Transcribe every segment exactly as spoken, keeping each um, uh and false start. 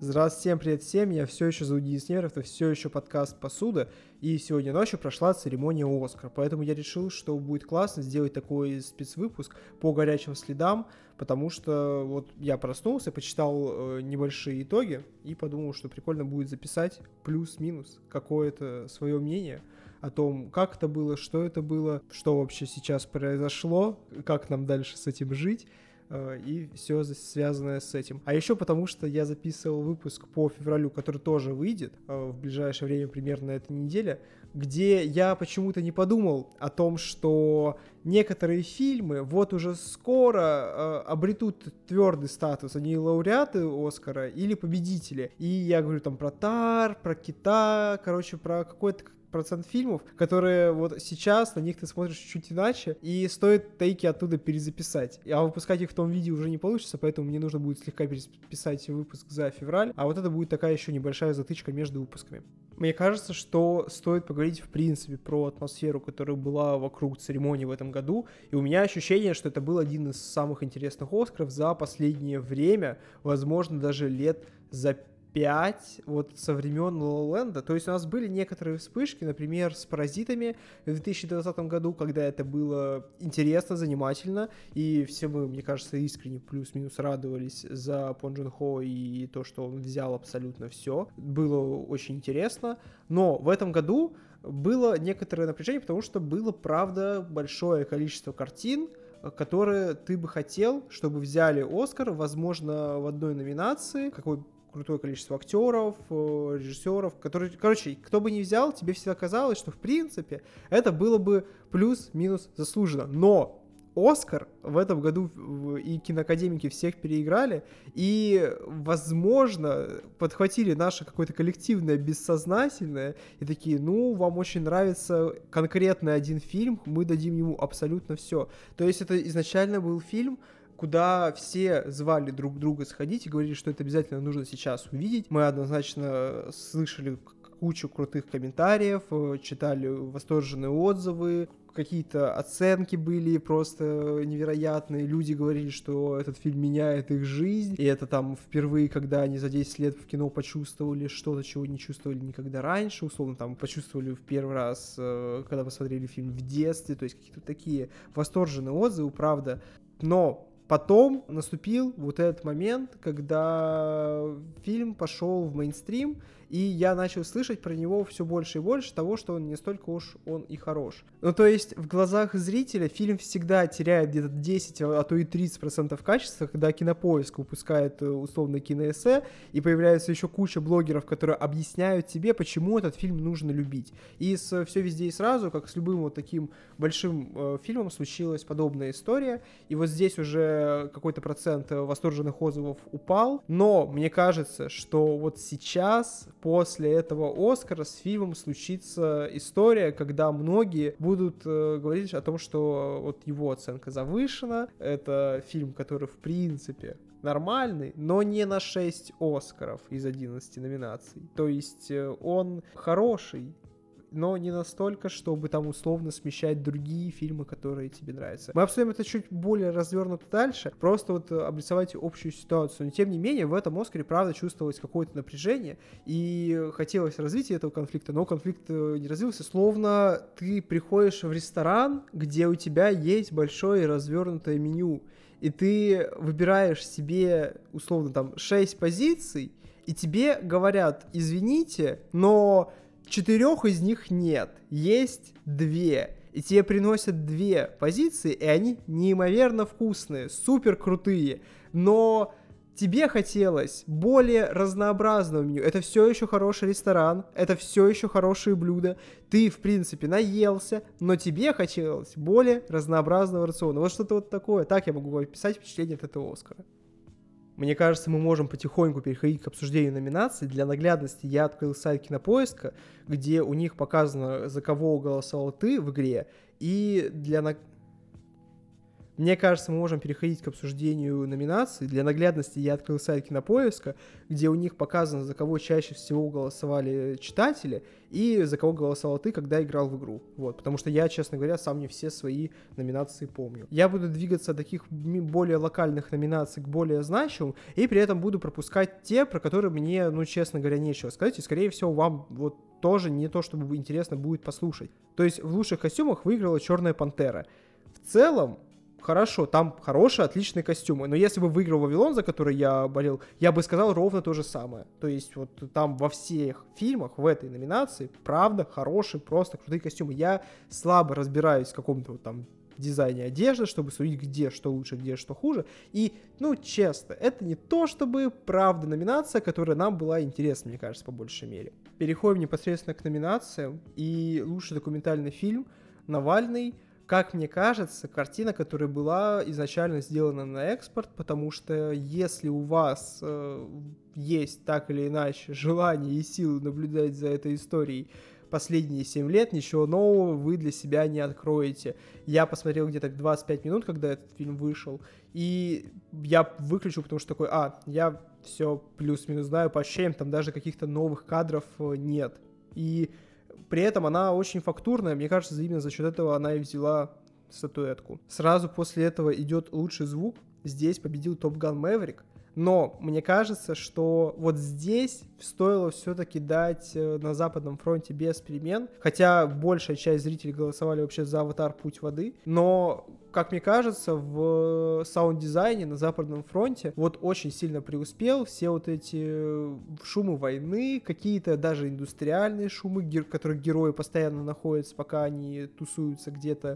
Здравствуйте, всем привет всем, я все еще зовут Денис Неверов, это все еще подкаст «Посуда», и сегодня ночью прошла церемония «Оскар», поэтому я решил, что будет классно сделать такой спецвыпуск по горячим следам, потому что вот я проснулся, почитал э, небольшие итоги и подумал, что прикольно будет записать плюс-минус какое-то свое мнение о том, как это было, что это было, что вообще сейчас произошло, как нам дальше с этим жить, и все связанное с этим. А еще потому, что я записывал выпуск по февралю, который тоже выйдет в ближайшее время, примерно на этой неделе, где я почему-то не подумал о том, что некоторые фильмы вот уже скоро обретут твердый статус, они лауреаты Оскара или победители. И я говорю там про Тар, про Кита, короче, про какой-то процент фильмов, которые вот сейчас на них ты смотришь чуть иначе, и стоит тейки оттуда перезаписать. А выпускать их в том виде уже не получится, поэтому мне нужно будет слегка перезаписать выпуск за февраль, а вот это будет такая еще небольшая затычка между выпусками. Мне кажется, что стоит поговорить в принципе про атмосферу, которая была вокруг церемонии в этом году, и у меня ощущение, что это был один из самых интересных Оскаров за последнее время, возможно, даже лет за пять вот со времен La La Land. То есть у нас были некоторые вспышки, например, с «Паразитами» в две тысячи двадцатом году, когда это было интересно, занимательно, и все мы, мне кажется, искренне плюс-минус радовались за Пон Джун Хо и то, что он взял абсолютно все. Было очень интересно, но в этом году было некоторое напряжение, потому что было, правда, большое количество картин, которые ты бы хотел, чтобы взяли Оскар, возможно, в одной номинации, какой крутое количество актеров, режиссеров, которые, короче, кто бы ни взял, тебе всегда казалось, что в принципе это было бы плюс-минус заслуженно. Но Оскар в этом году и киноакадемики всех переиграли, и, возможно, подхватили наше какое-то коллективное бессознательное, и такие, ну, вам очень нравится конкретно один фильм, мы дадим ему абсолютно все. То есть это изначально был фильм, куда все звали друг друга сходить и говорили, что это обязательно нужно сейчас увидеть. Мы однозначно слышали кучу крутых комментариев, читали восторженные отзывы, какие-то оценки были просто невероятные. Люди говорили, что этот фильм меняет их жизнь, и это там впервые, когда они за десять лет в кино почувствовали что-то, чего не чувствовали никогда раньше, условно там почувствовали в первый раз, когда посмотрели фильм в детстве, то есть какие-то такие восторженные отзывы, правда. Но потом наступил вот этот момент, когда фильм пошел в мейнстрим, и я начал слышать про него все больше и больше того, что он не столько уж он и хорош. Ну, то есть в глазах зрителя фильм всегда теряет где-то десять, а то и тридцать процентов качества, когда Кинопоиск выпускает условно киноэссе, и появляется еще куча блогеров, которые объясняют тебе, почему этот фильм нужно любить. И с «Все везде и сразу», как с любым вот таким большим э, фильмом, случилась подобная история, и вот здесь уже какой-то процент восторженных отзывов упал, но мне кажется, что вот сейчас после этого Оскара с фильмом случится история, когда многие будут э, говорить о том, что вот его оценка завышена, это фильм, который в принципе нормальный, но не на шесть Оскаров из одиннадцати номинаций, то есть э, он хороший, но не настолько, чтобы там условно смещать другие фильмы, которые тебе нравятся. Мы обсудим это чуть более развернуто дальше, просто вот обрисовать общую ситуацию. Но тем не менее, в этом Оскаре, правда, чувствовалось какое-то напряжение, и хотелось развития этого конфликта, но конфликт не развился. Словно ты приходишь в ресторан, где у тебя есть большое развернутое меню, и ты выбираешь себе, условно, там, шесть позиций, и тебе говорят, извините, но четырех из них нет, есть две. И тебе приносят две позиции, и они неимоверно вкусные, супер крутые. Но тебе хотелось более разнообразного меню. Это все еще хороший ресторан, это все еще хорошие блюда. Ты, в принципе, наелся, но тебе хотелось более разнообразного рациона. Вот что-то вот такое. Так я могу описать впечатление от этого Оскара. Мне кажется, мы можем потихоньку переходить к обсуждению номинаций. Для наглядности я открыл сайт Кинопоиска, где у них показано, за кого голосовал ты в игре, и для... Мне кажется, мы можем переходить к обсуждению номинаций. Для наглядности я открыл сайт Кинопоиска, где у них показано, за кого чаще всего голосовали читатели и за кого голосовал ты, когда играл в игру. Вот, потому что я, честно говоря, сам не все свои номинации помню. Я буду двигаться от таких более локальных номинаций к более значимым, и при этом буду пропускать те, про которые мне, ну, честно говоря, нечего сказать, и, скорее всего, вам вот тоже не то, чтобы интересно будет послушать. То есть в лучших костюмах выиграла «Черная пантера». В целом, хорошо, там хорошие, отличные костюмы, но если бы выиграл «Вавилон», за который я болел, я бы сказал ровно то же самое. То есть вот там во всех фильмах в этой номинации, правда, хорошие, просто крутые костюмы. Я слабо разбираюсь в каком-то вот там дизайне одежды, чтобы судить, где что лучше, где что хуже. И, ну, честно, это не то, чтобы правда номинация, которая нам была интересна, мне кажется, по большей мере. Переходим непосредственно к номинациям. И лучший документальный фильм «Навальный». Как мне кажется, картина, которая была изначально сделана на экспорт, потому что если у вас э, есть так или иначе желание и силы наблюдать за этой историей последние семь лет, ничего нового вы для себя не откроете. Я посмотрел где-то двадцать пять минут, когда этот фильм вышел, и я выключил, потому что такой, а, я все плюс-минус знаю по ощущениям, там даже каких-то новых кадров нет. И при этом она очень фактурная, мне кажется, именно за счет этого она и взяла статуэтку. Сразу после этого идет лучший звук, здесь победил Top Gun Maverick. Но мне кажется, что вот здесь стоило все-таки дать на Западном фронте без перемен, хотя большая часть зрителей голосовали вообще за «Аватар. Путь воды», но, как мне кажется, в саунд-дизайне на Западном фронте вот очень сильно преуспел. Все вот эти шумы войны, какие-то даже индустриальные шумы, в которых герои постоянно находятся, пока они тусуются где-то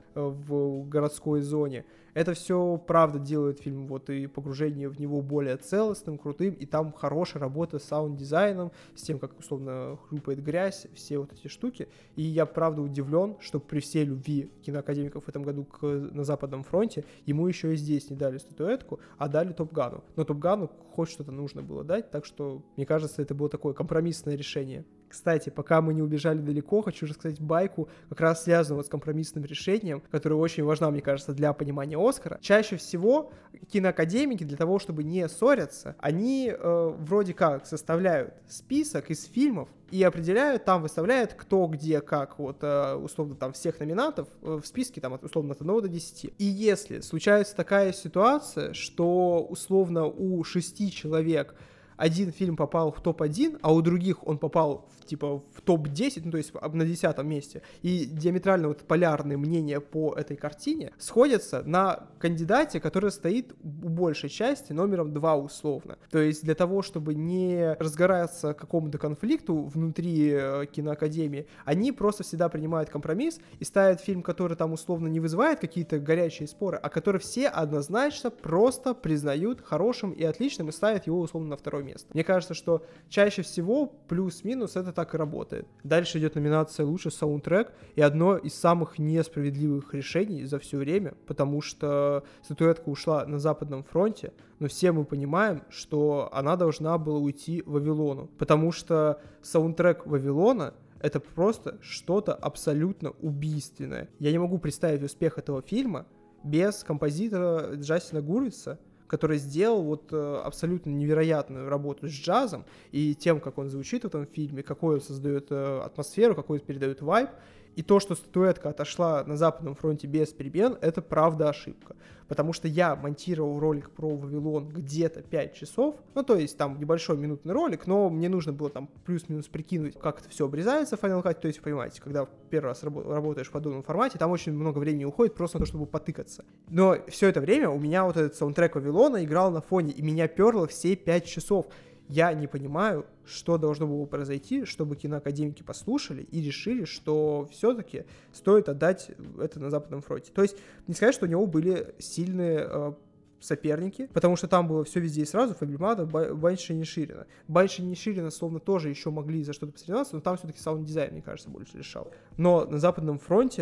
в городской зоне. Это все, правда, делает фильм вот и погружение в него более целостным, крутым, и там хорошая работа с саунд-дизайном, с тем, как, условно, хлюпает грязь, все вот эти штуки. И я, правда, удивлен, что при всей любви киноакадемиков в этом году к, на Западном фронте ему еще и здесь не дали статуэтку, а дали Топ Гану. Но Топ Гану хоть что-то нужно было дать, так что, мне кажется, это было такое компромиссное решение. Кстати, пока мы не убежали далеко, хочу рассказать байку, как раз связанную вот с компромиссным решением, которое очень важно, мне кажется, для понимания Оскара. Чаще всего киноакадемики для того, чтобы не ссориться, они э, вроде как составляют список из фильмов и определяют, там выставляют кто, где, как, вот, э, условно, там, всех номинантов э, в списке, там, от, условно, от одного до десяти. И если случается такая ситуация, что, условно, у шести человек один фильм попал в топ один, а у других он попал в, типа, в топ десять, ну, то есть на десятом месте, и диаметрально вот полярные мнения по этой картине сходятся на кандидате, который стоит у большей части номером два условно. То есть для того, чтобы не разгораться какому-то конфликту внутри э, киноакадемии, они просто всегда принимают компромисс и ставят фильм, который там условно не вызывает какие-то горячие споры, а который все однозначно просто признают хорошим и отличным и ставят его условно на второй место. Мне кажется, что чаще всего плюс-минус это так и работает. Дальше идет номинация «Лучший саундтрек», и одно из самых несправедливых решений за все время, потому что статуэтка ушла на Западном фронте, но все мы понимаем, что она должна была уйти «Вавилону», потому что саундтрек «Вавилона» — это просто что-то абсолютно убийственное. Я не могу представить успех этого фильма без композитора Джастина Гурвица, который сделал вот э, абсолютно невероятную работу с джазом и тем, как он звучит в этом фильме, какой он создает э, атмосферу, какой он передает вайб. И то, что статуэтка отошла на Западном фронте без перемен, это правда ошибка. Потому что я монтировал ролик про Вавилон где-то пять часов, ну то есть там небольшой минутный ролик, но мне нужно было там плюс-минус прикинуть, как это все обрезается в Final Cut. То есть, понимаете, когда первый раз рабо- работаешь в подобном формате, там очень много времени уходит просто на то, чтобы потыкаться. Но все это время у меня вот этот саундтрек Вавилона играл на фоне, и меня перло все пять часов. Я не понимаю, что должно было произойти, чтобы киноакадемики послушали и решили, что все-таки стоит отдать это на Западном фронте. То есть, не сказать, что у него были сильные э, соперники, потому что там было все везде и сразу, Фабельмада, Банши и Ниширина. Банши и Ниширина, словно, тоже еще могли за что-то посоревноваться, но там все-таки саунд-дизайн, мне кажется, больше решал. Но на Западном фронте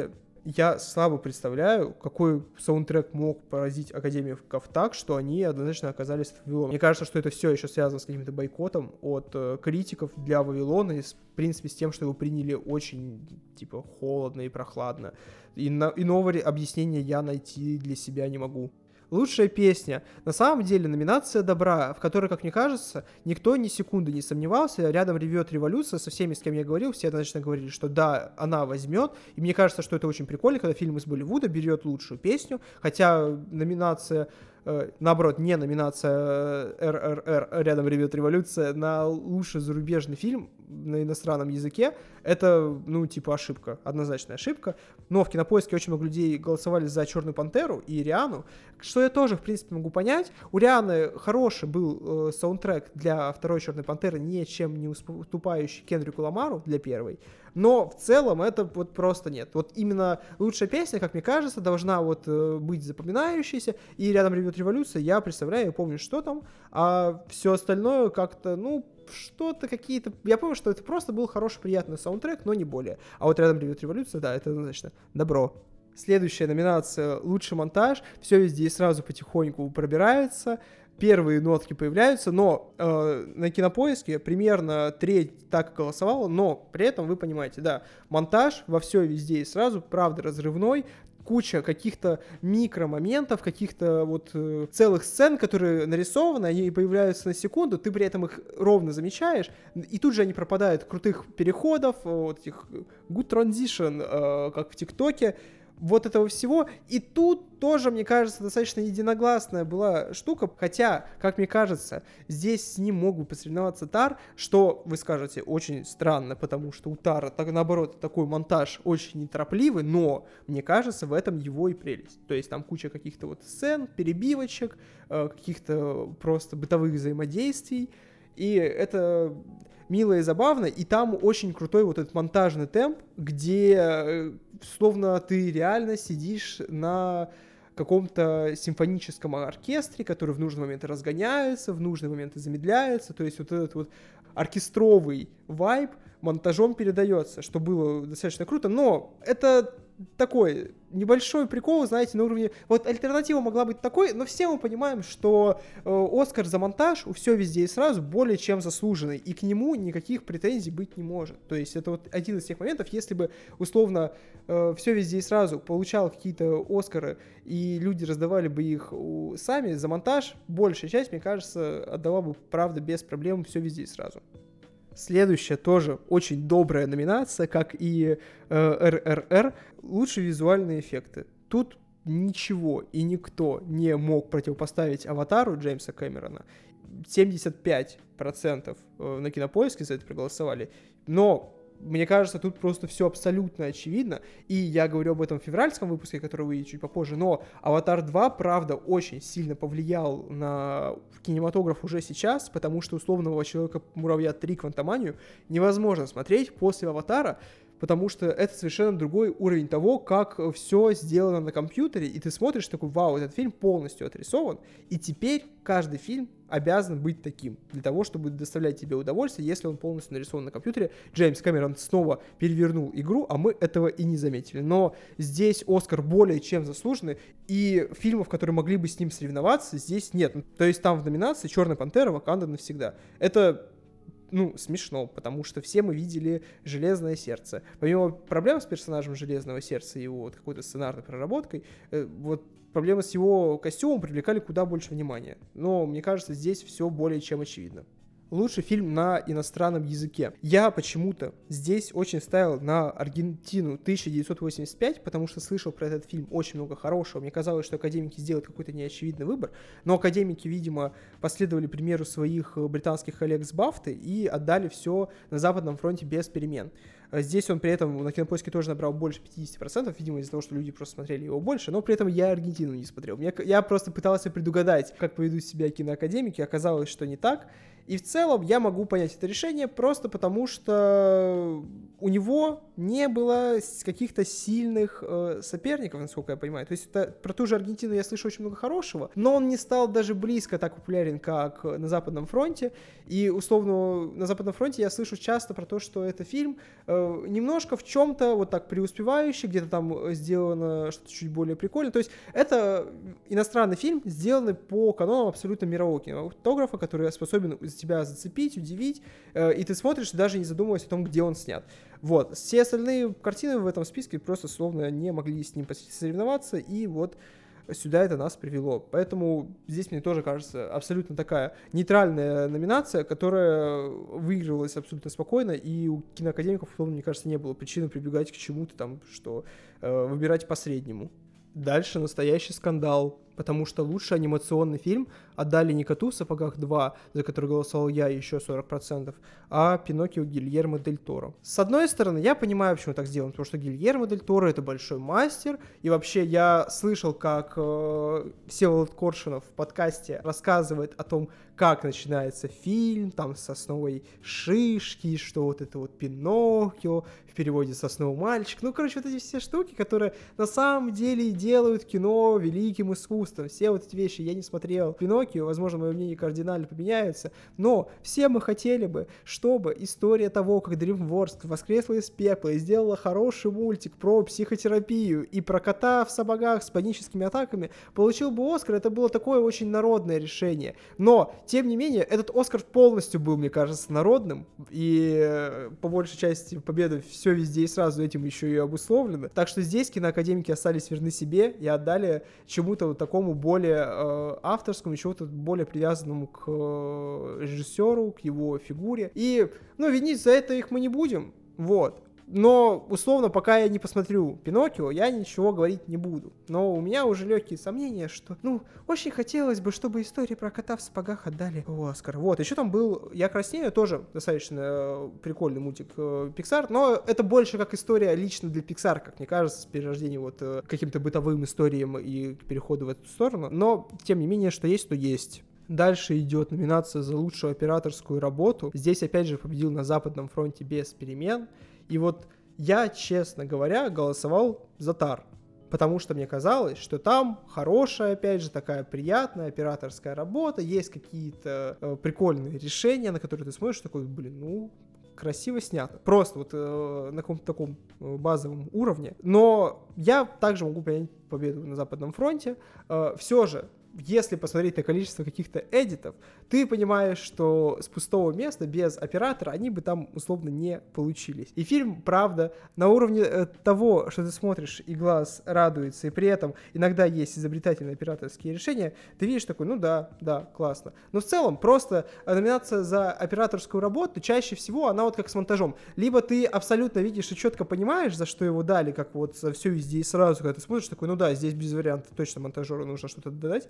я слабо представляю, какой саундтрек мог поразить академиков так, что они однозначно оказались в Вавилоне. Мне кажется, что это все еще связано с каким-то бойкотом от э, критиков для Вавилона и, с, в принципе, с тем, что его приняли очень, типа, холодно и прохладно. И на, иного объяснения я найти для себя не могу. Лучшая песня. На самом деле номинация добра, в которой, как мне кажется, никто ни секунды не сомневался. Рядом ревет революция. Со всеми, с кем я говорил, все однозначно говорили, что да, она возьмет. И мне кажется, что это очень прикольно, когда фильм из Болливуда берет лучшую песню. Хотя номинация... наоборот, не номинация эр эр эр «Рядом ревет революция» на лучший зарубежный фильм на иностранном языке, это, ну, типа, ошибка, однозначная ошибка. Но в Кинопоиске очень много людей голосовали за «Черную пантеру» и «Риану», что я тоже, в принципе, могу понять. У «Рианы» хороший был э, саундтрек для второй «Черной пантеры», ничем не уступающий Кендрику Ламару для первой. Но в целом это вот просто нет. Вот именно лучшая песня, как мне кажется, должна вот э, быть запоминающейся. И «Рядом ревет революция», я представляю, я помню, что там. А все остальное как-то, ну, что-то какие-то... Я помню, что это просто был хороший, приятный саундтрек, но не более. А вот «Рядом ревет революция», да, это однозначно добро. Следующая номинация «Лучший монтаж». Все везде и сразу потихоньку пробирается. Первые нотки появляются, но э, на Кинопоиске примерно треть так голосовала, но при этом вы понимаете, да, монтаж во все везде и сразу, правда, разрывной, куча каких-то микромоментов, каких-то вот э, целых сцен, которые нарисованы, они появляются на секунду, ты при этом их ровно замечаешь, и тут же они пропадают, крутых переходов, вот этих good transition, э, как в ТикТоке, вот этого всего. И тут тоже, мне кажется, достаточно единогласная была штука, хотя, как мне кажется, здесь с ним мог бы посоревноваться Тар, что, вы скажете, очень странно, потому что у Тара, так, наоборот, такой монтаж очень неторопливый, но, мне кажется, в этом его и прелесть. То есть там куча каких-то вот сцен, перебивочек, каких-то просто бытовых взаимодействий, и это... мило и забавно, и там очень крутой вот этот монтажный темп, где словно ты реально сидишь на каком-то симфоническом оркестре, который в нужный момент разгоняется, в нужный момент замедляется, то есть вот этот вот оркестровый вайб монтажом передается, что было достаточно круто, но это такой небольшой прикол, знаете, на уровне... Вот альтернатива могла быть такой, но все мы понимаем, что э, Оскар за монтаж у «Все везде и сразу» более чем заслуженный, и к нему никаких претензий быть не может. То есть это вот один из тех моментов, если бы, условно, э, «Все везде и сразу» получал какие-то Оскары, и люди раздавали бы их у... сами за монтаж, большая часть, мне кажется, отдала бы, правда, без проблем «Все везде и сразу». Следующая тоже очень добрая номинация, как и э, эр эр эр, лучшие визуальные эффекты. Тут ничего и никто не мог противопоставить «Аватару» Джеймса Кэмерона. семьдесят пять процентов на Кинопоиске за это проголосовали, но... Мне кажется, тут просто все абсолютно очевидно, и я говорю об этом в февральском выпуске, который выйдет чуть попозже, но «Аватар два», правда, очень сильно повлиял на кинематограф уже сейчас, потому что условного «Человека-муравья три. Квантоманию» невозможно смотреть после «Аватара», потому что это совершенно другой уровень того, как все сделано на компьютере, и ты смотришь такой: вау, этот фильм полностью отрисован, и теперь каждый фильм обязан быть таким, для того, чтобы доставлять тебе удовольствие, если он полностью нарисован на компьютере. Джеймс Кэмерон снова перевернул игру, а мы этого и не заметили. Но здесь Оскар более чем заслуженный, и фильмов, которые могли бы с ним соревноваться, здесь нет. То есть там в номинации «Черная пантера», «Ваканда навсегда». Это... ну, смешно, потому что все мы видели «Железное сердце». Помимо проблем с персонажем «Железного сердца» и его вот какой-то сценарной проработкой, э, вот проблемы с его костюмом привлекали куда больше внимания. Но, мне кажется, здесь все более чем очевидно. Лучший фильм на иностранном языке. Я почему-то здесь очень ставил на Аргентину тысяча девятьсот восемьдесят пять, потому что слышал про этот фильм очень много хорошего. Мне казалось, что академики сделают какой-то неочевидный выбор, но академики, видимо, последовали примеру своих британских коллег с Бафты и отдали все на Западном фронте без перемен. Здесь он при этом на Кинопоиске тоже набрал больше пятьдесят процентов, видимо, из-за того, что люди просто смотрели его больше, но при этом я Аргентину не смотрел. Я, я просто пытался предугадать, как поведут себя киноакадемики, оказалось, что не так. И в целом я могу понять это решение просто потому, что у него не было каких-то сильных э, соперников, насколько я понимаю. То есть это, про ту же Аргентину я слышу очень много хорошего, но он не стал даже близко так популярен, как на Западном фронте. И условно на Западном фронте я слышу часто про то, что это фильм, э, э, немножко в чем-то вот так преуспевающий, где-то там сделано что-то чуть более прикольное. То есть это иностранный фильм, сделанный по канонам абсолютно мирового кинематографа, который способен тебя зацепить, удивить, э, и ты смотришь, даже не задумываясь о том, где он снят. Вот. Все остальные картины в этом списке просто словно не могли с ним соревноваться, и вот сюда это нас привело. Поэтому здесь, мне тоже кажется, абсолютно такая нейтральная номинация, которая выигрывалась абсолютно спокойно, и у киноакадемиков, мне кажется, не было причины прибегать к чему-то там, что э, выбирать по среднему. Дальше настоящий скандал, потому что лучший анимационный фильм отдали не «Коту в сапогах два», за который голосовал я, еще сорок процентов, а «Пиноккио» Гильермо дель Торо. С одной стороны, я понимаю, почему так сделано, потому что Гильермо дель Торо — это большой мастер, и вообще я слышал, как э, Всеволод Коршунов в подкасте рассказывает о том, как начинается фильм, там, с «Сосновой шишки», что вот это вот «Пиноккио», в переводе «Сосновый мальчик». Ну, короче, вот эти все штуки, которые на самом деле делают кино великим искусством. Все вот эти вещи я не смотрел. «Пиноккио», возможно, мое мнение кардинально поменяется, но все мы хотели бы, чтобы история того, как DreamWorks воскресла из пепла и сделала хороший мультик про психотерапию и про кота в сапогах с паническими атаками, получил бы Оскар. Это было такое очень народное решение. Но, тем не менее, этот Оскар полностью был, мне кажется, народным, и по большей части победа все везде и сразу этим еще и обусловлено. Так что здесь киноакадемики остались верны себе и отдали чему-то вот такому более э, авторскому, чему-то более привязанному к э, режиссеру, к его фигуре. И, ну, винить за это их мы не будем, вот. Но, условно, пока я не посмотрю «Пиноккио», я ничего говорить не буду. Но у меня уже легкие сомнения, что, ну, очень хотелось бы, чтобы истории про кота в сапогах отдали Оскар. Вот, еще там был «Я краснею», тоже достаточно э, прикольный мультик э, Pixar, но это больше как история лично для Pixar, как мне кажется, с перерождением вот э, каким-то бытовым историям и переходу в эту сторону. Но, тем не менее, что есть, то есть. Дальше идет номинация за лучшую операторскую работу. Здесь, опять же, победил «На западном фронте без перемен». И вот я, честно говоря, голосовал за «Тар», потому что мне казалось, что там хорошая, опять же, такая приятная операторская работа, есть какие-то э, прикольные решения, на которые ты смотришь, такой, блин, ну, красиво снято. Просто вот э, на каком-то таком э, базовом уровне. Но я также могу принять победу «На западном фронте». Э, все же, если посмотреть на количество каких-то эдитов, ты понимаешь, что с пустого места, без оператора, они бы там условно не получились. И фильм, правда, на уровне э, того, что ты смотришь, и глаз радуется, и при этом иногда есть изобретательные операторские решения, ты видишь такой, ну да, да, классно. Но в целом просто номинация за операторскую работу, чаще всего она вот как с монтажом. Либо ты абсолютно видишь и четко понимаешь, за что его дали, как вот за все везде и сразу, когда ты смотришь, такой, ну да, здесь без вариантов, точно монтажеру нужно что-то додать.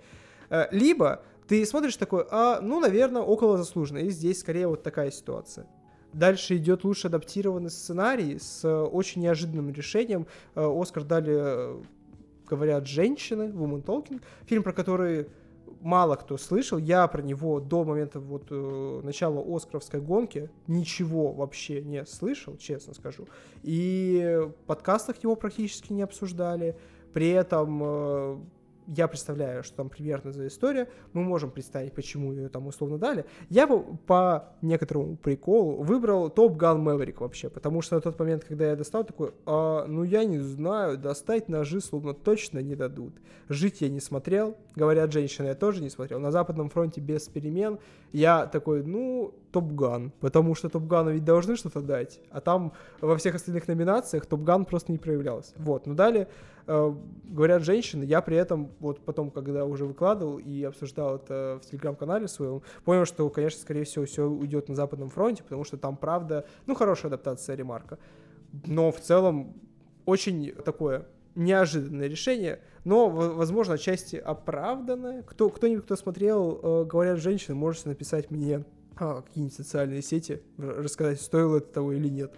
Либо ты смотришь такой, а, ну, наверное, около заслуженно. И здесь скорее вот такая ситуация. Дальше идет лучше адаптированный сценарий с очень неожиданным решением. Оскар дали, говорят, «Женщины», Woman Talking. Фильм, про который мало кто слышал. Я про него до момента вот начала оскаровской гонки ничего вообще не слышал, честно скажу. И в подкастах его практически не обсуждали. При этом я представляю, что там примерно за история, мы можем представить, почему ее там условно дали. Я бы по некоторому приколу выбрал Top Gun Maverick вообще, потому что на тот момент, когда я достал, такой, а, ну я не знаю, достать ножи словно точно не дадут. «Жить» я не смотрел, говорят, «Женщины» я тоже не смотрел, «На западном фронте без перемен» я такой, ну, Top Gun, потому что Top Gun ведь должны что-то дать, а там во всех остальных номинациях Top Gun просто не проявлялся. Вот, ну далее э, говорят, «Женщины», я при этом вот потом, когда уже выкладывал и обсуждал это в телеграм-канале своем, понял, что, конечно, скорее всего, все уйдет «На западном фронте», потому что там, правда, ну, хорошая адаптация ремарка. Но в целом очень такое неожиданное решение, но, возможно, отчасти оправданное. Кто, кто-нибудь, кто смотрел э, «Говорят, женщины», можете написать мне а, какие-нибудь социальные сети, рассказать, стоило это того или нет.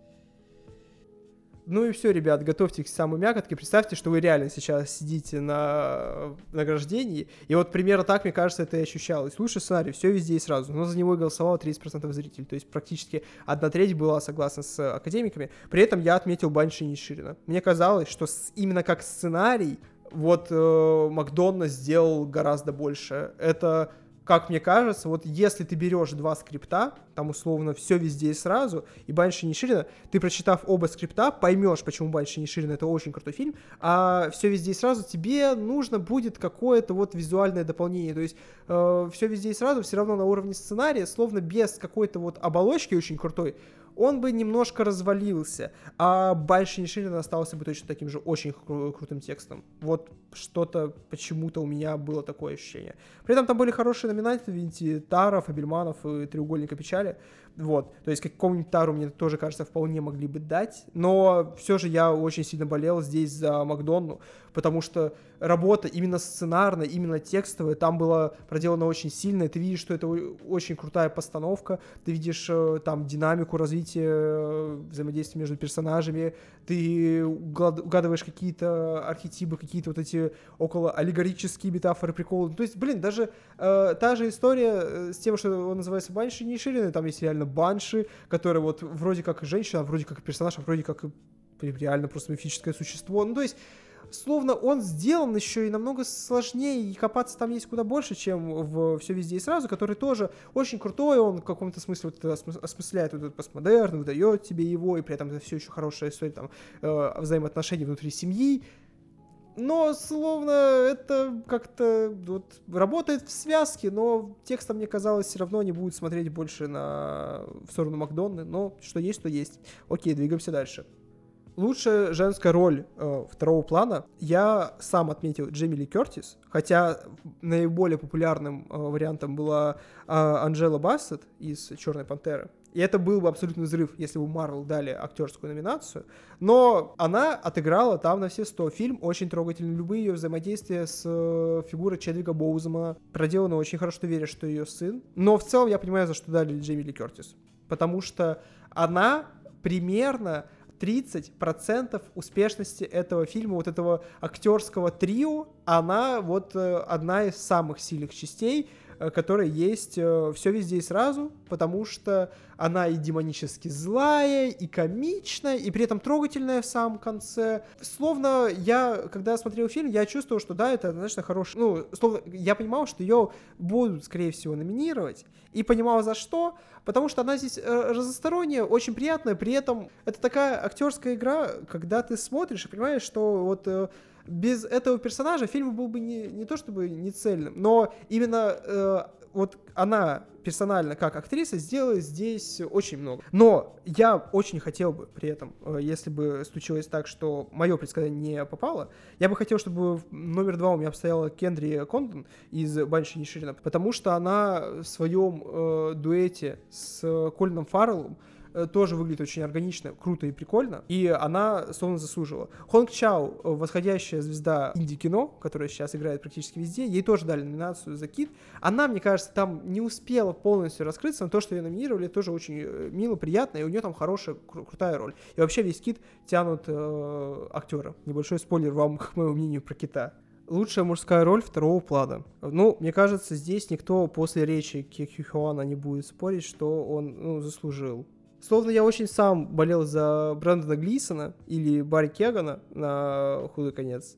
Ну и все, ребят, готовьтесь к самой мякотке. Представьте, что вы реально сейчас сидите на награждении, и вот примерно так, мне кажется, это и ощущалось. Лучший сценарий, все везде и сразу, но за него и голосовало тридцать процентов зрителей, то есть практически одна треть была согласна с академиками. При этом я отметил Банши Иниширина. Мне казалось, что с, именно как сценарий вот э, Макдональдс сделал гораздо больше. Это как мне кажется, вот если ты берешь два скрипта, там условно все везде и сразу, и Банши Ниширина, ты, прочитав оба скрипта, поймешь, почему Банши Ниширина это очень крутой фильм, а все везде и сразу тебе нужно будет какое-то вот визуальное дополнение. То есть э, все везде и сразу все равно на уровне сценария, словно без какой-то вот оболочки очень крутой, он бы немножко развалился, а Банши Ниширина остался бы точно таким же очень кру- крутым текстом. Вот что-то почему-то у меня было такое ощущение. При этом там были хорошие номинанты, видите, Тара, Фабельманов и Треугольника печали. Вот, то есть какому-нибудь Тару мне тоже, кажется, вполне могли бы дать, но все же я очень сильно болел здесь за Макдонну, потому что работа именно сценарная, именно текстовая, там была проделана очень сильная, ты видишь, что это очень крутая постановка, ты видишь там динамику развития взаимодействия между персонажами, ты угадываешь какие-то архетипы, какие-то вот эти около аллегорические метафоры, приколы, то есть, блин, даже э, та же история с тем, что он называется Банши Ниширина, там есть реально Банши, которая вот вроде как женщина, вроде как персонаж, а вроде как реально просто мифическое существо. Ну, то есть, словно он сделан еще и намного сложнее, и копаться там есть куда больше, чем в «Все везде и сразу», который тоже очень крутой, он в каком-то смысле вот осмысляет вот этот постмодерн, выдает тебе его, и при этом это все еще хорошая история там, э, взаимоотношений внутри семьи. Но, словно, это как-то вот работает в связке, но текстом, мне казалось, все равно они будут смотреть больше на... в сторону Макдонны, но что есть, то есть. Окей, двигаемся дальше. Лучшая женская роль э, второго плана я сам отметил Джейми Ли Кертис, хотя наиболее популярным э, вариантом была э, Анджела Бассет из «Черной пантеры». И это был бы абсолютный взрыв, если бы Марвел дали актерскую номинацию. Но она отыграла там на все сто. Фильм очень трогательный. Любые ее взаимодействия с э, фигурой Чедвика Боузема проделаны очень хорошо, ты веришь, что ее сын. Но в целом я понимаю, за что дали Джейми Ли Кертис. Потому что она примерно тридцать процентов успешности этого фильма, вот этого актерского трио, она вот э, одна из самых сильных частей, э, которая есть э, все везде и сразу, потому что она и демонически злая, и комичная, и при этом трогательная в самом конце. Словно я, когда смотрел фильм, я чувствовал, что да, это, знаешь, хороший... Ну, словно я понимал, что ее будут, скорее всего, номинировать, и понимал, за что, потому что она здесь э, разносторонняя, очень приятная, при этом это такая актерская игра, когда ты смотришь и понимаешь, что вот... Э, без этого персонажа фильм был бы не, не то чтобы не цельным, но именно э, вот она персонально как актриса сделала здесь очень много. Но я очень хотел бы при этом, э, если бы случилось так, что мое предсказание не попало, я бы хотел, чтобы номер два у меня обстояла Кендри Кондон из «Банши Ниширина», потому что она в своем э, дуэте с Колином Фарреллом тоже выглядит очень органично, круто и прикольно, и она словно заслужила. Хонг Чау, восходящая звезда инди-кино, которая сейчас играет практически везде, ей тоже дали номинацию за «Кит». Она, мне кажется, там не успела полностью раскрыться, но то, что ее номинировали, тоже очень мило, приятно, и у нее там хорошая, кру- крутая роль. И вообще весь «Кит» тянут э, актера. Небольшой спойлер вам, к моему мнению, про «Кита». Лучшая мужская роль второго плана. Ну, мне кажется, здесь никто после речи Ки Хью Хвана не будет спорить, что он ну, заслужил. Словно я очень сам болел за Брэндона Глисона или Барри Кегана на худой конец.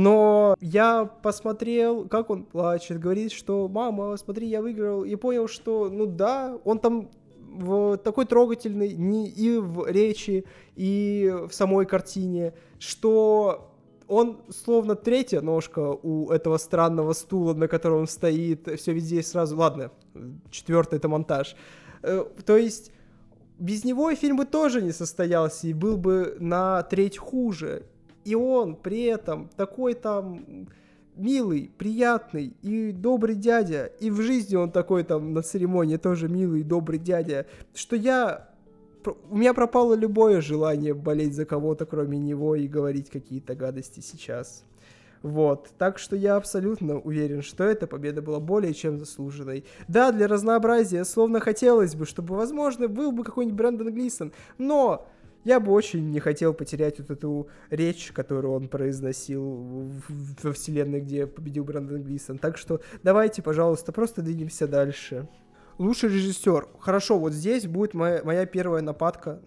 Но я посмотрел, как он плачет, говорит, что «мама, смотри, я выиграл», и понял, что, ну да, он там в такой трогательный не и в речи, и в самой картине, что он словно третья ножка у этого странного стула, на котором он стоит, все везде сразу. Ладно, четвертый — это монтаж. То есть без него фильм бы тоже не состоялся и был бы на треть хуже. И он при этом такой там милый, приятный и добрый дядя. И в жизни он такой там на церемонии тоже милый, добрый дядя. Что я... У меня пропало любое желание болеть за кого-то, кроме него, и говорить какие-то гадости сейчас. Вот, так что я абсолютно уверен, что эта победа была более чем заслуженной. Да, для разнообразия словно хотелось бы, чтобы, возможно, был бы какой-нибудь Брэндон Глисон, но я бы очень не хотел потерять вот эту речь, которую он произносил во вселенной, где победил Брэндон Глисон. Так что давайте, пожалуйста, просто двинемся дальше. Лучший режиссер. Хорошо, вот здесь будет моя, моя первая нападка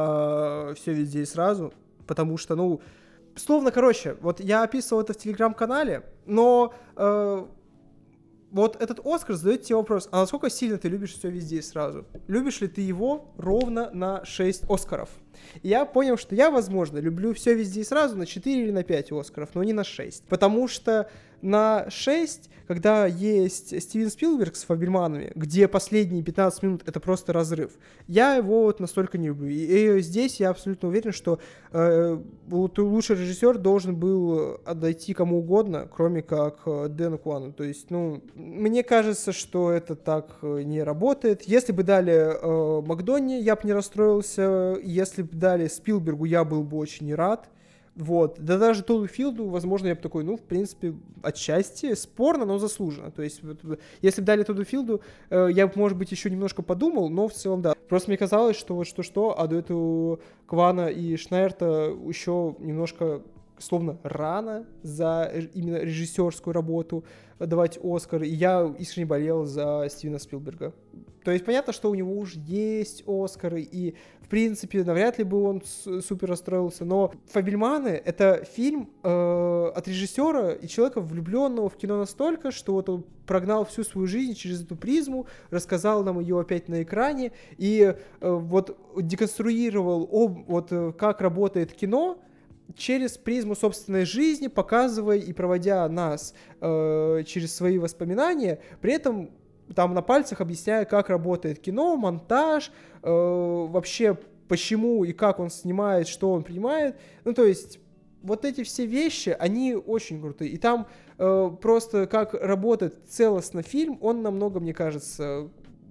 на «Все везде и сразу», потому что, ну, словно, короче, вот я описывал это в телеграм-канале, но э, вот этот Оскар задает тебе вопрос, а насколько сильно ты любишь все везде и сразу? Любишь ли ты его ровно на шесть Оскаров? И я понял, что я, возможно, люблю все везде и сразу на четыре или на пять Оскаров, но не на шесть. Потому что на шесть, когда есть Стивен Спилберг с Фабельманами, где последние пятнадцать минут — это просто разрыв, я его вот настолько не люблю. И, и здесь я абсолютно уверен, что э, вот лучший режиссер должен был отдойти кому угодно, кроме как э, Дэну Квану. То есть, ну, мне кажется, что это так не работает. Если бы дали э, Макдони, я бы не расстроился. Если бы дали Спилбергу, я был бы очень рад. Вот. Да даже Тодду Филду, возможно, я бы такой, ну, в принципе, отчасти спорно, но заслуженно. То есть, вот, если бы дали Тодду Филду, э, я бы, может быть, еще немножко подумал, но в целом, да. Просто мне казалось, что вот что-что, а до этого Квана и Шнайерта еще немножко, словно, рано за именно режиссерскую работу давать Оскар, и я искренне болел за Стивена Спилберга. То есть понятно, что у него уже есть Оскары, и, в принципе, навряд ли бы он супер расстроился, но «Фабельманы» — это фильм э, от режиссера и человека, влюбленного в кино настолько, что вот он прогнал всю свою жизнь через эту призму, рассказал нам ее опять на экране, и э, вот деконструировал об, вот, как работает кино, через призму собственной жизни, показывая и проводя нас э, через свои воспоминания, при этом там на пальцах объясняя, как работает кино, монтаж, э, вообще почему и как он снимает, что он принимает. Ну, то есть вот эти все вещи, они очень крутые. И там э, просто как работает целостно фильм, он намного, мне кажется,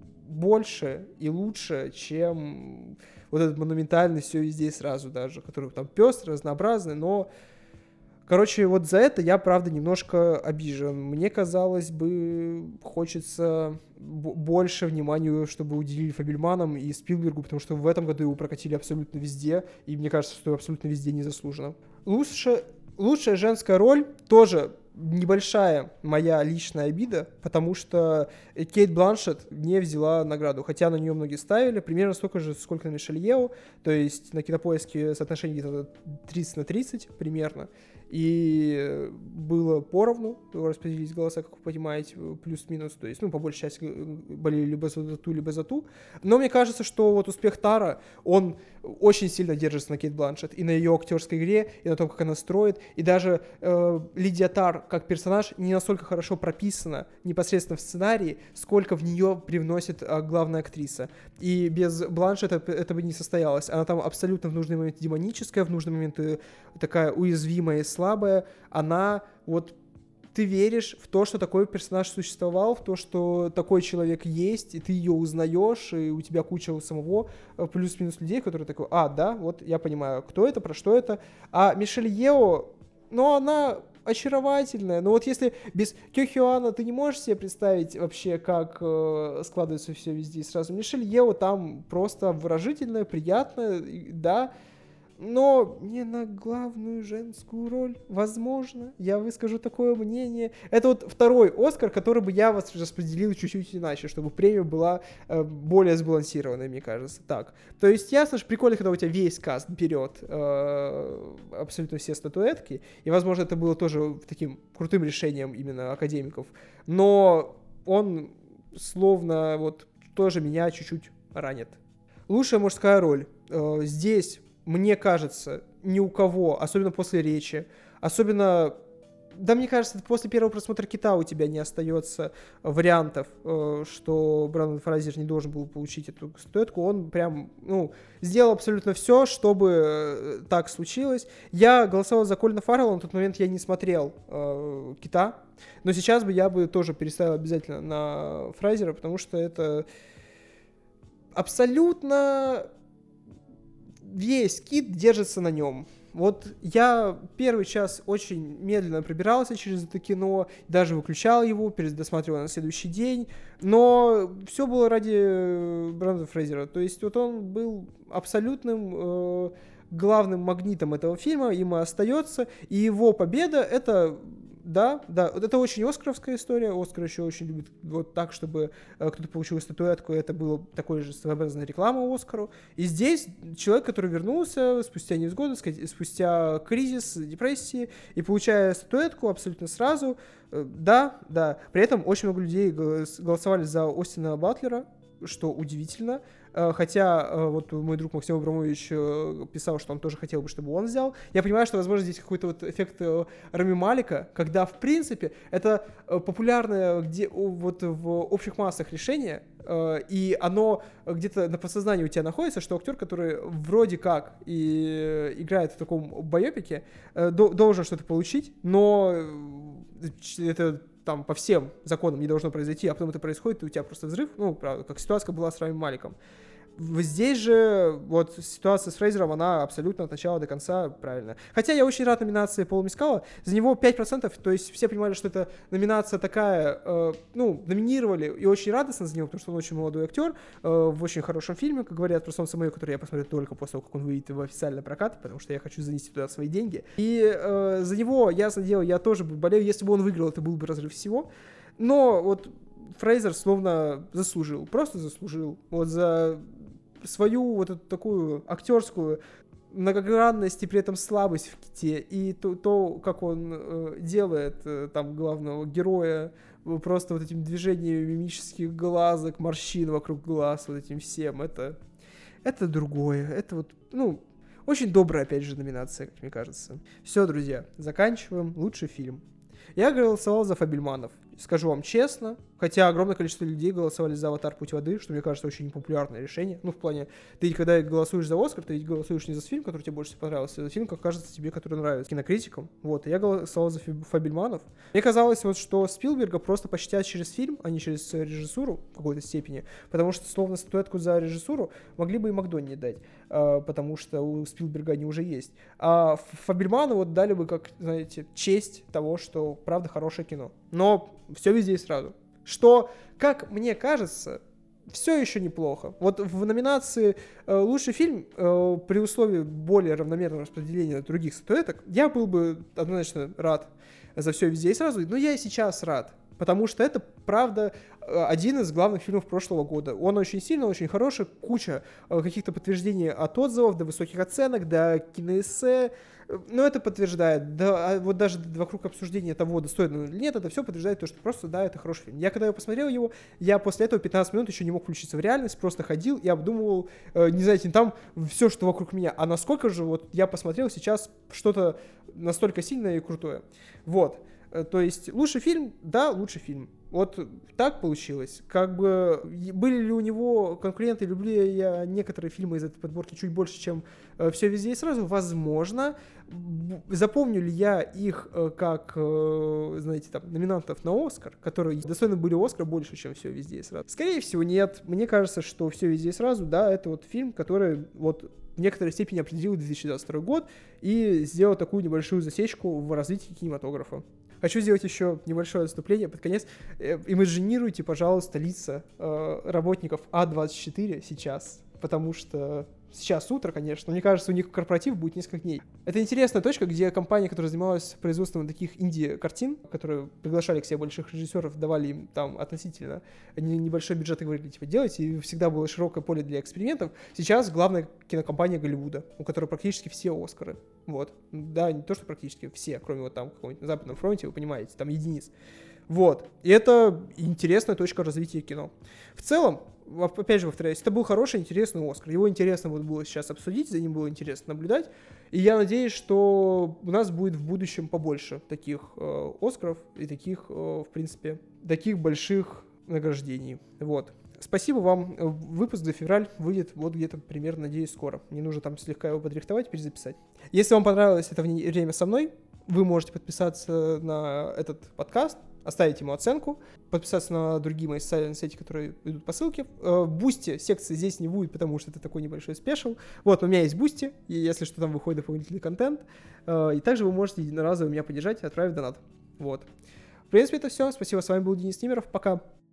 больше и лучше, чем вот этот монументальный «Все везде и сразу» даже, который там пестрый, разнообразный, но, короче, вот за это я, правда, немножко обижен. Мне, казалось бы, хочется б- больше внимания, чтобы уделили Фабельманам и Спилбергу, потому что в этом году его прокатили абсолютно везде, и мне кажется, что абсолютно везде незаслуженно. Лучше, лучшая женская роль тоже небольшая моя личная обида, потому что Кейт Бланшетт не взяла награду, хотя на нее многие ставили, примерно столько же, сколько на Мишель Ео, то есть на Кинопоиске соотношение где-то тридцать на тридцать примерно, и было поровну, распределились голоса, как вы понимаете, плюс-минус, то есть, ну, по большей части болели либо за ту, либо за ту, но мне кажется, что вот успех Тара, он очень сильно держится на Кейт Бланшетт, и на ее актерской игре, и на том, как она строит, и даже э, Лидия Тар как персонаж не настолько хорошо прописана непосредственно в сценарии, сколько в нее привносит а, главная актриса. И без Бланшетт это, это бы не состоялось. Она там абсолютно в нужный момент демоническая, в нужный момент такая уязвимая и слабая. Она вот... Ты веришь в то, что такой персонаж существовал, в то, что такой человек есть, и ты ее узнаешь, и у тебя куча у самого плюс-минус людей, которые такой, а, да, вот я понимаю, кто это, про что это. А Мишель Ео, ну, она очаровательная, но вот если без Кё Хёана ты не можешь себе представить вообще, как э, складывается все везде и сразу. Мишель Ео там просто выражительная, приятная, да, но не на главную женскую роль, возможно, я выскажу такое мнение. Это вот второй Оскар, который бы я вас распределил чуть-чуть иначе, чтобы премия была э, более сбалансированной, мне кажется. Так, то есть ясно, что прикольно, когда у тебя весь каст берет э, абсолютно все статуэтки, и, возможно, это было тоже таким крутым решением именно академиков, но он словно вот тоже меня чуть-чуть ранит. Лучшая мужская роль. Э, здесь... Мне кажется, ни у кого, особенно после речи, особенно, да, мне кажется, после первого просмотра «Кита» у тебя не остается вариантов, что Брандон Фрейзер не должен был получить эту статуэтку. Он прям, ну, сделал абсолютно все, чтобы так случилось. Я голосовал за Колина Фаррелла, на тот момент я не смотрел э, «Кита», но сейчас бы я бы тоже переставил обязательно на Фрейзера, потому что это абсолютно... Весь Кит держится на нем. Вот я первый час очень медленно пробирался через это кино, даже выключал его, передосматривал на следующий день, но все было ради Брандона Фрейзера. То есть вот он был абсолютным э, главным магнитом этого фильма, им и остается, и его победа — это Да, да, вот это очень оскаровская история. Оскар еще очень любит вот так, чтобы э, кто-то получил статуэтку, это было такой же своеобразная реклама Оскару. И здесь человек, который вернулся спустя невзгоды, спустя кризис, депрессии, и получая статуэтку абсолютно сразу, э, да, да. При этом очень много людей голосовали за Остина Батлера, что удивительно. Хотя вот мой друг Максим Абрамович писал, что он тоже хотел бы, чтобы он взял. Я понимаю, что, возможно, здесь какой-то вот эффект Рами Малика, когда, в принципе, это популярное где, вот в общих массах решение, и оно где-то на подсознании у тебя находится, что актер, который вроде как и играет в таком байопике, должен что-то получить, но это... там по всем законам не должно произойти, а потом это происходит, и у тебя просто взрыв, ну, правда, как ситуация была с Рами Маликом. Здесь же вот ситуация с Фрейзером, она абсолютно от начала до конца правильная. Хотя я очень рад номинации Пола Мескала. За него пять процентов, то есть все понимали, что это номинация такая, э, ну, номинировали, и очень радостно за него, потому что он очень молодой актер, э, в очень хорошем фильме, как говорят, про «Солнце мое», который я посмотрю только после того, как он выйдет в официальный прокат, потому что я хочу занести туда свои деньги. И э, за него, ясно дело, я тоже бы болел, если бы он выиграл, это был бы разрыв всего. Но вот Фрейзер словно заслужил, просто заслужил. Вот за свою вот эту такую актерскую многогранность и при этом слабость в Ките, и то, то как он э, делает э, там главного героя, просто вот этим движением мимических глазок, морщин вокруг глаз, вот этим всем, это, это другое, это вот, ну, очень добрая, опять же, номинация, как мне кажется. Все, друзья, заканчиваем. Лучший фильм. Я голосовал за Фабельманов. Скажу вам честно, хотя огромное количество людей голосовали за «Аватар. Путь воды», что, мне кажется, очень непопулярное решение. Ну, в плане, ты когда голосуешь за «Оскар», ты ведь голосуешь не за фильм, который тебе больше всего понравился, а за фильм, как кажется тебе, который нравится кинокритикам. Вот, и я голосовал за Фабельманов. Мне казалось, вот, что Спилберга просто почтят через фильм, а не через режиссуру в какой-то степени, потому что, словно статуэтку за режиссуру могли бы и Макдонни дать, потому что у Спилберга они уже есть. А Фабельману вот дали бы, как, знаете, честь того, что правда хорошее кино. Но все везде и сразу. Что, как мне кажется, все еще неплохо. Вот в номинации э, «Лучший фильм» э, при условии более равномерного распределения других статуэток я был бы однозначно рад за все везде и сразу, но я и сейчас рад. Потому что это, правда, один из главных фильмов прошлого года. Он очень сильный, очень хороший, куча каких-то подтверждений от отзывов, до высоких оценок, до киноэссе. Но это подтверждает, да, вот даже вокруг обсуждения того, достоин он или нет, это все подтверждает то, что просто, да, это хороший фильм. Я когда я посмотрел его, я после этого пятнадцать минут еще не мог включиться в реальность, просто ходил и обдумывал, э, не знаете, там все, что вокруг меня. А насколько же вот я посмотрел сейчас что-то настолько сильное и крутое. Вот. То есть лучший фильм, да, лучший фильм. Вот так получилось. Как бы были ли у него конкуренты, люблю я некоторые фильмы из этой подборки чуть больше, чем э, «Все везде и сразу», возможно. Запомню ли я их э, как, э, знаете, там, номинантов на «Оскар», которые достойны были «Оскара» больше, чем «Все везде и сразу»? Скорее всего, нет. Мне кажется, что «Все везде и сразу», да, это вот фильм, который вот в некоторой степени определил две тысячи двадцать второй год и сделал такую небольшую засечку в развитии кинематографа. Хочу сделать еще небольшое отступление под конец. Имаджинируйте, пожалуйста, лица э, работников А двадцать четыре сейчас, потому что сейчас утро, конечно, но мне кажется, у них корпоратив будет несколько дней. Это интересная точка, где компания, которая занималась производством таких инди-картин, которые приглашали к себе больших режиссеров, давали им там относительно небольшой бюджет и говорили, типа, делайте, и всегда было широкое поле для экспериментов. Сейчас главная кинокомпания Голливуда, у которой практически все Оскары. Вот. Да, не то, что практически все, кроме вот там какого-нибудь на Западном фронте, вы понимаете, там единиц. Вот. И это интересная точка развития кино. В целом, опять же, повторяюсь, это был хороший, интересный Оскар. Его интересно вот было сейчас обсудить, за ним было интересно наблюдать. И я надеюсь, что у нас будет в будущем побольше таких э, Оскаров и таких, э, в принципе, таких больших награждений. Вот. Спасибо вам. Выпуск за февраль выйдет вот где-то примерно, надеюсь, скоро. Мне нужно там слегка его подрихтовать, перезаписать. Если вам понравилось это время со мной, вы можете подписаться на этот подкаст, оставить ему оценку, подписаться на другие мои социальные сети, которые идут по ссылке. В Бусти секции здесь не будет, потому что это такой небольшой спешл. Вот, у меня есть Бусти, и если что, там выходит дополнительный контент. И также вы можете единоразово меня поддержать, отправив донат. Вот. В принципе, это все. Спасибо, с вами был Денис Немеров. Пока.